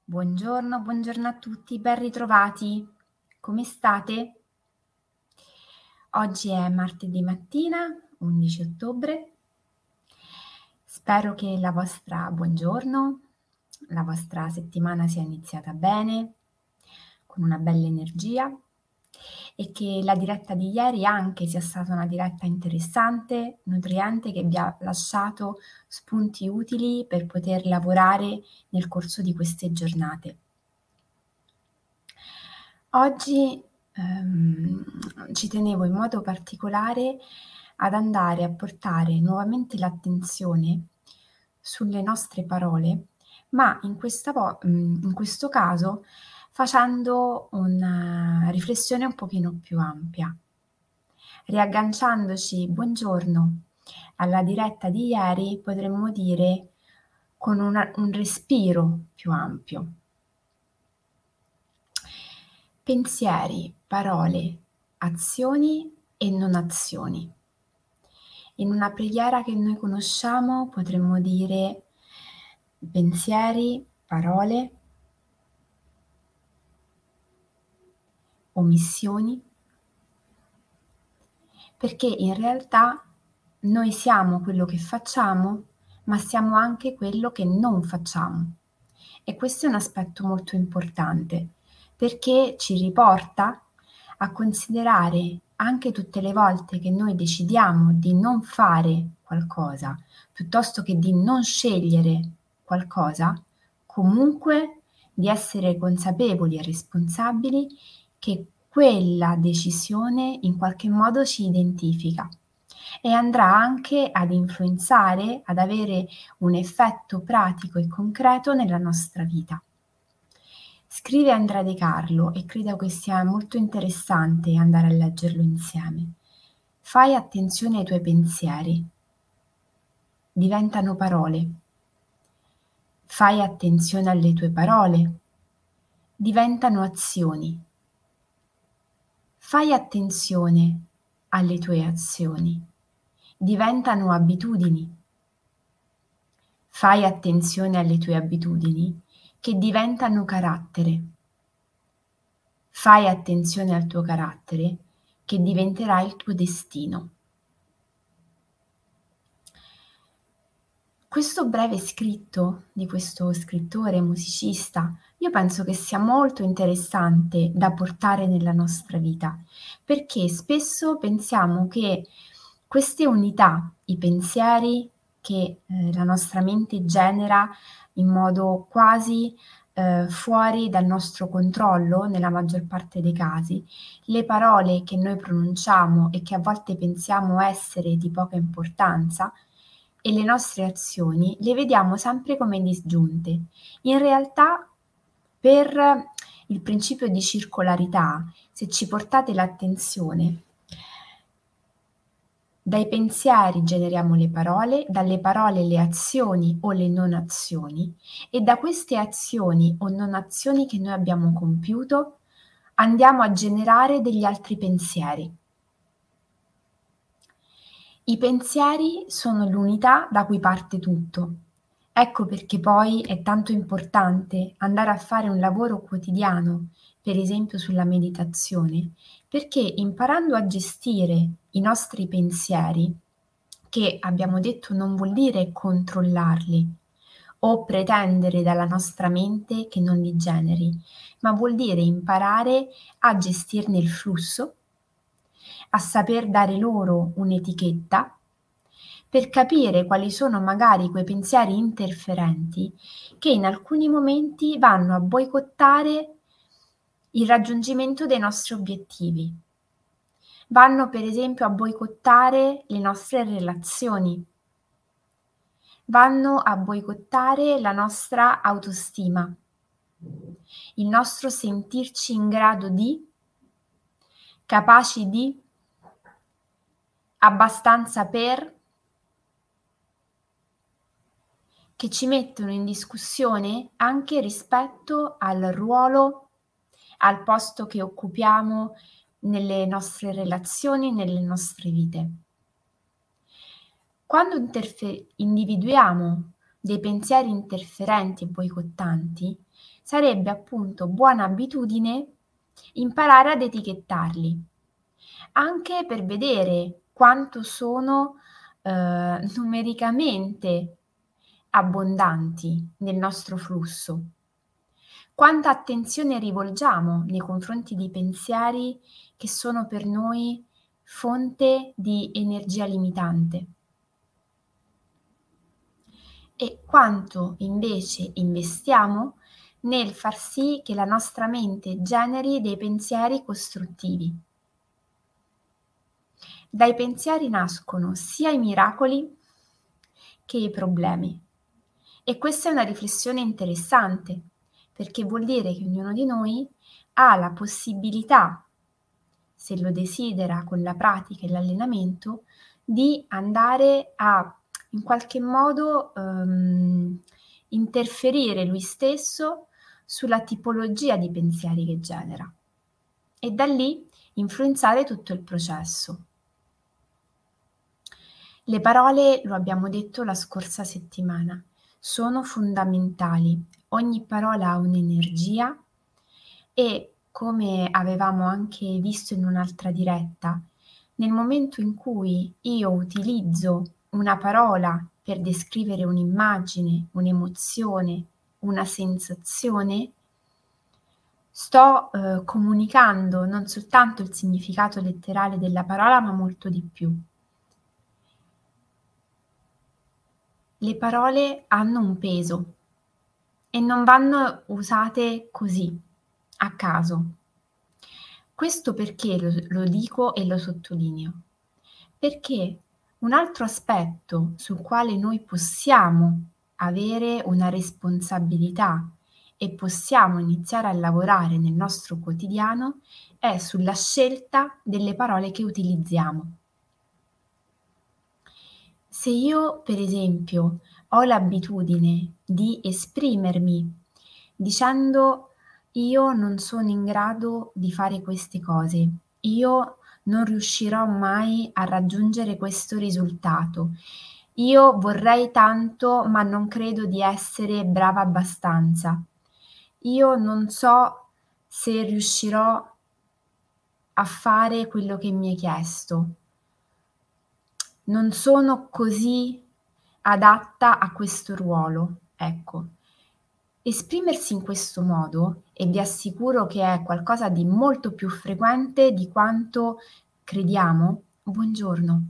Buongiorno, buongiorno a tutti, ben ritrovati. Come state? Oggi è martedì mattina, 11 ottobre. Spero che la vostra settimana sia iniziata bene, con una bella energia e che la diretta di ieri anche sia stata una diretta interessante, nutriente, che vi ha lasciato spunti utili per poter lavorare nel corso di queste giornate. Oggi, ci tenevo in modo particolare ad andare a portare nuovamente l'attenzione sulle nostre parole, ma in questo caso facendo una riflessione un pochino più ampia, riagganciandoci, buongiorno, alla diretta di ieri, potremmo dire con un respiro più ampio. Pensieri, parole, azioni e non azioni. In una preghiera che noi conosciamo potremmo dire pensieri, parole, omissioni, perché in realtà noi siamo quello che facciamo, ma siamo anche quello che non facciamo. E questo è un aspetto molto importante, perché ci riporta a considerare anche tutte le volte che noi decidiamo di non fare qualcosa, piuttosto che di non scegliere qualcosa, comunque di essere consapevoli e responsabili che quella decisione in qualche modo ci identifica e andrà anche ad influenzare, ad avere un effetto pratico e concreto nella nostra vita. Scrive Andrea De Carlo e credo che sia molto interessante andare a leggerlo insieme. Fai attenzione ai tuoi pensieri. Diventano parole. Fai attenzione alle tue parole. Diventano azioni. Fai attenzione alle tue azioni. Diventano abitudini. Fai attenzione alle tue abitudini che diventano carattere. Fai attenzione al tuo carattere che diventerà il tuo destino. Questo breve scritto di questo scrittore musicista, io penso che sia molto interessante da portare nella nostra vita, perché spesso pensiamo che queste unità, i pensieri che la nostra mente genera in modo quasi fuori dal nostro controllo, nella maggior parte dei casi, le parole che noi pronunciamo e che a volte pensiamo essere di poca importanza, e le nostre azioni le vediamo sempre come disgiunte. In realtà, per il principio di circolarità, se ci portate l'attenzione, dai pensieri generiamo le parole, dalle parole le azioni o le non azioni, e da queste azioni o non azioni che noi abbiamo compiuto andiamo a generare degli altri pensieri. I pensieri sono l'unità da cui parte tutto. Ecco perché poi è tanto importante andare a fare un lavoro quotidiano, per esempio sulla meditazione, perché imparando a gestire i nostri pensieri, che abbiamo detto non vuol dire controllarli o pretendere dalla nostra mente che non li generi, ma vuol dire imparare a gestirne il flusso, a saper dare loro un'etichetta per capire quali sono magari quei pensieri interferenti che in alcuni momenti vanno a boicottare il raggiungimento dei nostri obiettivi. Vanno per esempio a boicottare le nostre relazioni, vanno a boicottare la nostra autostima, il nostro sentirci in grado di, capaci di, abbastanza per, che ci mettono in discussione anche rispetto al ruolo, al posto che occupiamo nelle nostre relazioni, nelle nostre vite. Quando individuiamo dei pensieri interferenti e boicottanti, sarebbe appunto buona abitudine imparare ad etichettarli, anche per vedere quanto sono numericamente abbondanti nel nostro flusso. Quanta attenzione rivolgiamo nei confronti di pensieri che sono per noi fonte di energia limitante e quanto invece investiamo nel far sì che la nostra mente generi dei pensieri costruttivi. Dai pensieri nascono sia i miracoli che i problemi. E questa è una riflessione interessante, perché vuol dire che ognuno di noi ha la possibilità, se lo desidera con la pratica e l'allenamento, di andare a in qualche modo interferire lui stesso sulla tipologia di pensieri che genera e da lì influenzare tutto il processo. Le parole, lo abbiamo detto la scorsa settimana, sono fondamentali. Ogni parola ha un'energia e, come avevamo anche visto in un'altra diretta, nel momento in cui io utilizzo una parola per descrivere un'immagine, un'emozione, una sensazione, sto comunicando non soltanto il significato letterale della parola, ma molto di più. Le parole hanno un peso e non vanno usate così, a caso. Questo perché lo dico e lo sottolineo? Perché un altro aspetto sul quale noi possiamo avere una responsabilità e possiamo iniziare a lavorare nel nostro quotidiano è sulla scelta delle parole che utilizziamo. Se io, per esempio, ho l'abitudine di esprimermi dicendo: "Io non sono in grado di fare queste cose, io non riuscirò mai a raggiungere questo risultato, io vorrei tanto, ma non credo di essere brava abbastanza, io non so se riuscirò a fare quello che mi hai chiesto. Non sono così adatta a questo ruolo." Ecco, esprimersi in questo modo, e vi assicuro che è qualcosa di molto più frequente di quanto crediamo, buongiorno,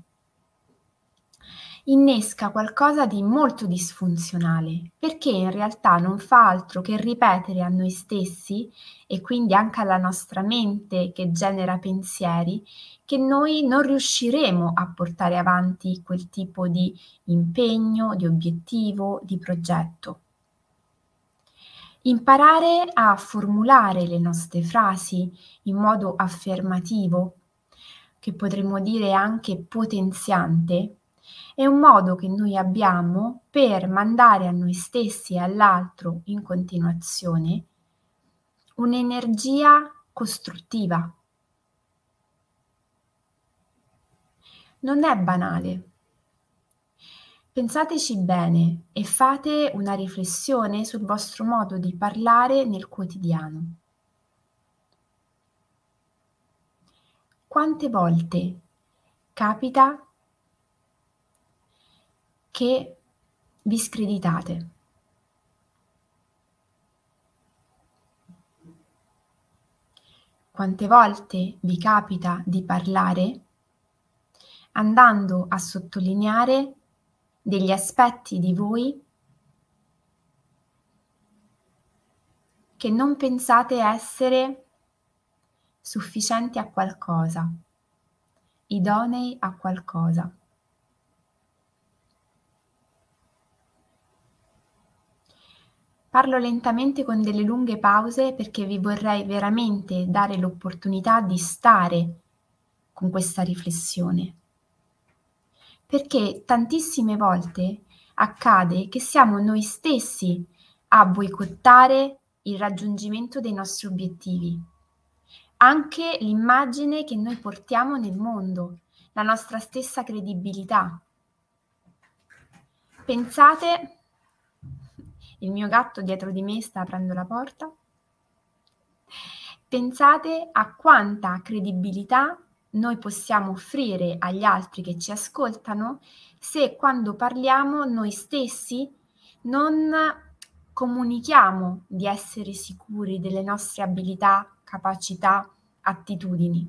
innesca qualcosa di molto disfunzionale, perché in realtà non fa altro che ripetere a noi stessi e quindi anche alla nostra mente che genera pensieri, che noi non riusciremo a portare avanti quel tipo di impegno, di obiettivo, di progetto. Imparare a formulare le nostre frasi in modo affermativo, che potremmo dire anche potenziante, è un modo che noi abbiamo per mandare a noi stessi e all'altro in continuazione un'energia costruttiva. Non è banale. Pensateci bene e fate una riflessione sul vostro modo di parlare nel quotidiano. Quante volte capita che vi screditate? Quante volte vi capita di parlare andando a sottolineare degli aspetti di voi che non pensate essere sufficienti a qualcosa, idonei a qualcosa? Parlo lentamente con delle lunghe pause perché vi vorrei veramente dare l'opportunità di stare con questa riflessione. Perché tantissime volte accade che siamo noi stessi a boicottare il raggiungimento dei nostri obiettivi. Anche l'immagine che noi portiamo nel mondo, la nostra stessa credibilità. Pensate Il mio gatto dietro di me sta aprendo la porta. Pensate a quanta credibilità noi possiamo offrire agli altri che ci ascoltano se quando parliamo noi stessi non comunichiamo di essere sicuri delle nostre abilità, capacità, attitudini.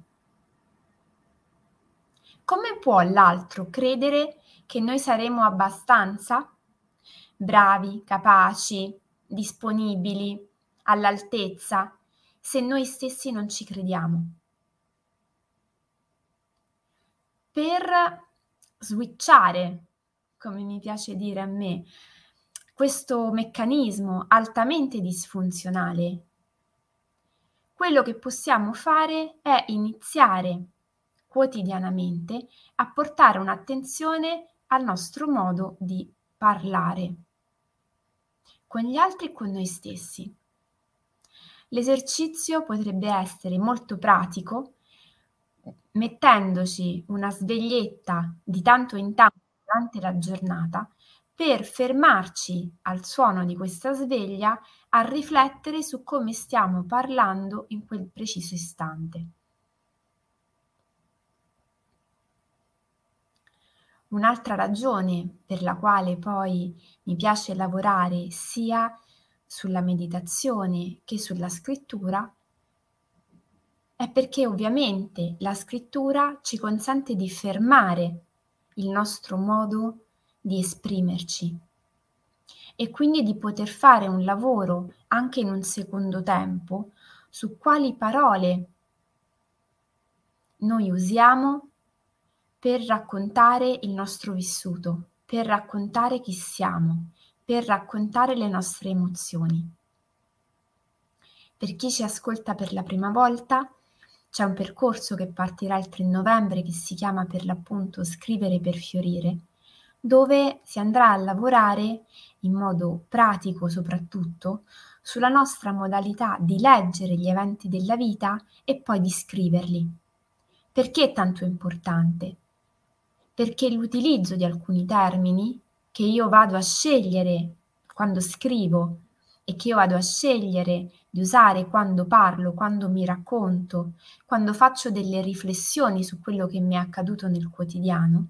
Come può l'altro credere che noi saremo abbastanza bravi, capaci, disponibili, all'altezza, se noi stessi non ci crediamo? Per switchare, come mi piace dire a me, questo meccanismo altamente disfunzionale, quello che possiamo fare è iniziare quotidianamente a portare un'attenzione al nostro modo di parlare con gli altri e con noi stessi. L'esercizio potrebbe essere molto pratico, mettendoci una sveglietta di tanto in tanto durante la giornata per fermarci al suono di questa sveglia a riflettere su come stiamo parlando in quel preciso istante. Un'altra ragione per la quale poi mi piace lavorare sia sulla meditazione che sulla scrittura è perché ovviamente la scrittura ci consente di fermare il nostro modo di esprimerci e quindi di poter fare un lavoro anche in un secondo tempo su quali parole noi usiamo per raccontare il nostro vissuto, per raccontare chi siamo, per raccontare le nostre emozioni. Per chi ci ascolta per la prima volta, c'è un percorso che partirà il 3 novembre che si chiama per l'appunto Scrivere per fiorire, dove si andrà a lavorare in modo pratico soprattutto sulla nostra modalità di leggere gli eventi della vita e poi di scriverli. Perché è tanto importante? Perché l'utilizzo di alcuni termini che io vado a scegliere quando scrivo e che io vado a scegliere di usare quando parlo, quando mi racconto, quando faccio delle riflessioni su quello che mi è accaduto nel quotidiano,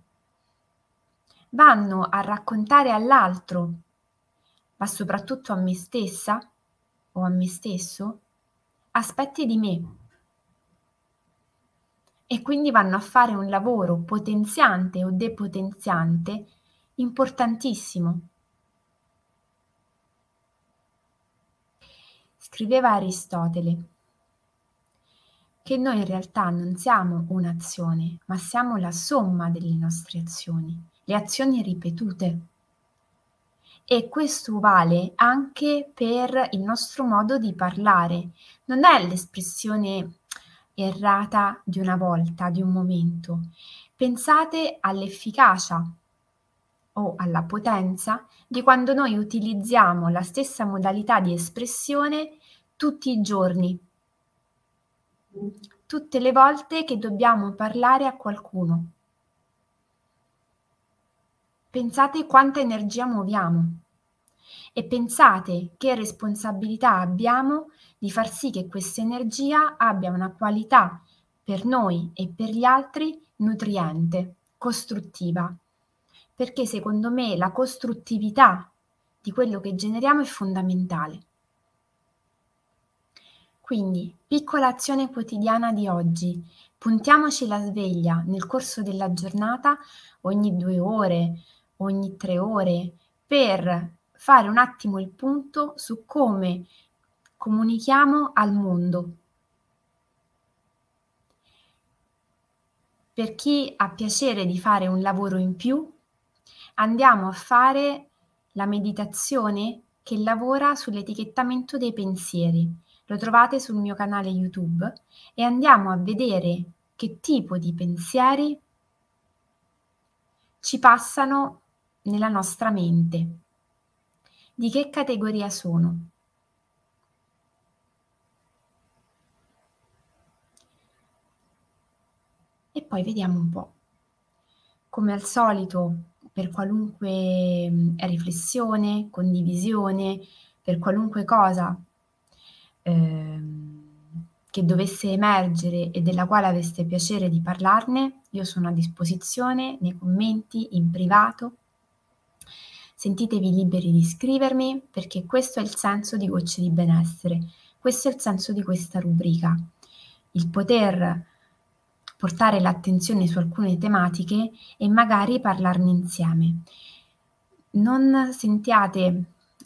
vanno a raccontare all'altro, ma soprattutto a me stessa o a me stesso, aspetti di me. E quindi vanno a fare un lavoro potenziante o depotenziante importantissimo. Scriveva Aristotele che noi in realtà non siamo un'azione, ma siamo la somma delle nostre azioni, le azioni ripetute. E questo vale anche per il nostro modo di parlare. Non è l'espressione errata di una volta, di un momento. Pensate all'efficacia o alla potenza di quando noi utilizziamo la stessa modalità di espressione tutti i giorni, tutte le volte che dobbiamo parlare a qualcuno. Pensate quanta energia muoviamo e pensate che responsabilità abbiamo di far sì che questa energia abbia una qualità per noi e per gli altri nutriente, costruttiva. Perché secondo me la costruttività di quello che generiamo è fondamentale. Quindi, piccola azione quotidiana di oggi. Puntiamoci la sveglia nel corso della giornata ogni 2 ore, ogni 3 ore, per fare un attimo il punto su come comunichiamo al mondo. Per chi ha piacere di fare un lavoro in più, andiamo a fare la meditazione che lavora sull'etichettamento dei pensieri. Lo trovate sul mio canale YouTube e andiamo a vedere che tipo di pensieri ci passano nella nostra mente. Di che categoria sono? E poi vediamo un po'. Come al solito, per qualunque riflessione, condivisione, per qualunque cosa che dovesse emergere e della quale aveste piacere di parlarne, io sono a disposizione nei commenti, in privato. Sentitevi liberi di scrivermi, perché questo è il senso di Gocce di Benessere, questo è il senso di questa rubrica, il poter portare l'attenzione su alcune tematiche e magari parlarne insieme. Non sentiate,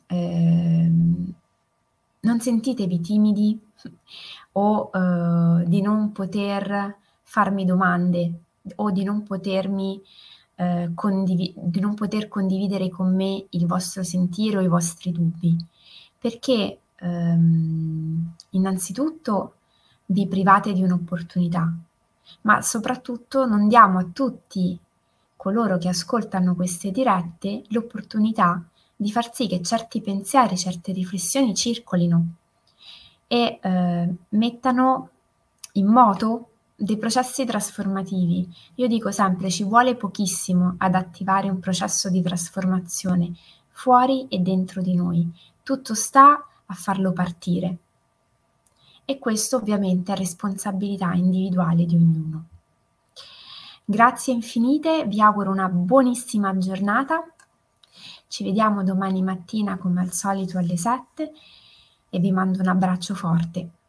non sentitevi timidi o di non poter farmi domande o di non potermi di non poter condividere con me il vostro sentire o i vostri dubbi, perché innanzitutto vi private di un'opportunità, ma soprattutto non diamo a tutti coloro che ascoltano queste dirette l'opportunità di far sì che certi pensieri, certe riflessioni circolino e mettano in moto dei processi trasformativi. Io dico sempre, ci vuole pochissimo ad attivare un processo di trasformazione fuori e dentro di noi. Tutto sta a farlo partire. E questo ovviamente è responsabilità individuale di ognuno. Grazie infinite, vi auguro una buonissima giornata. Ci vediamo domani mattina come al solito alle 7 e vi mando un abbraccio forte.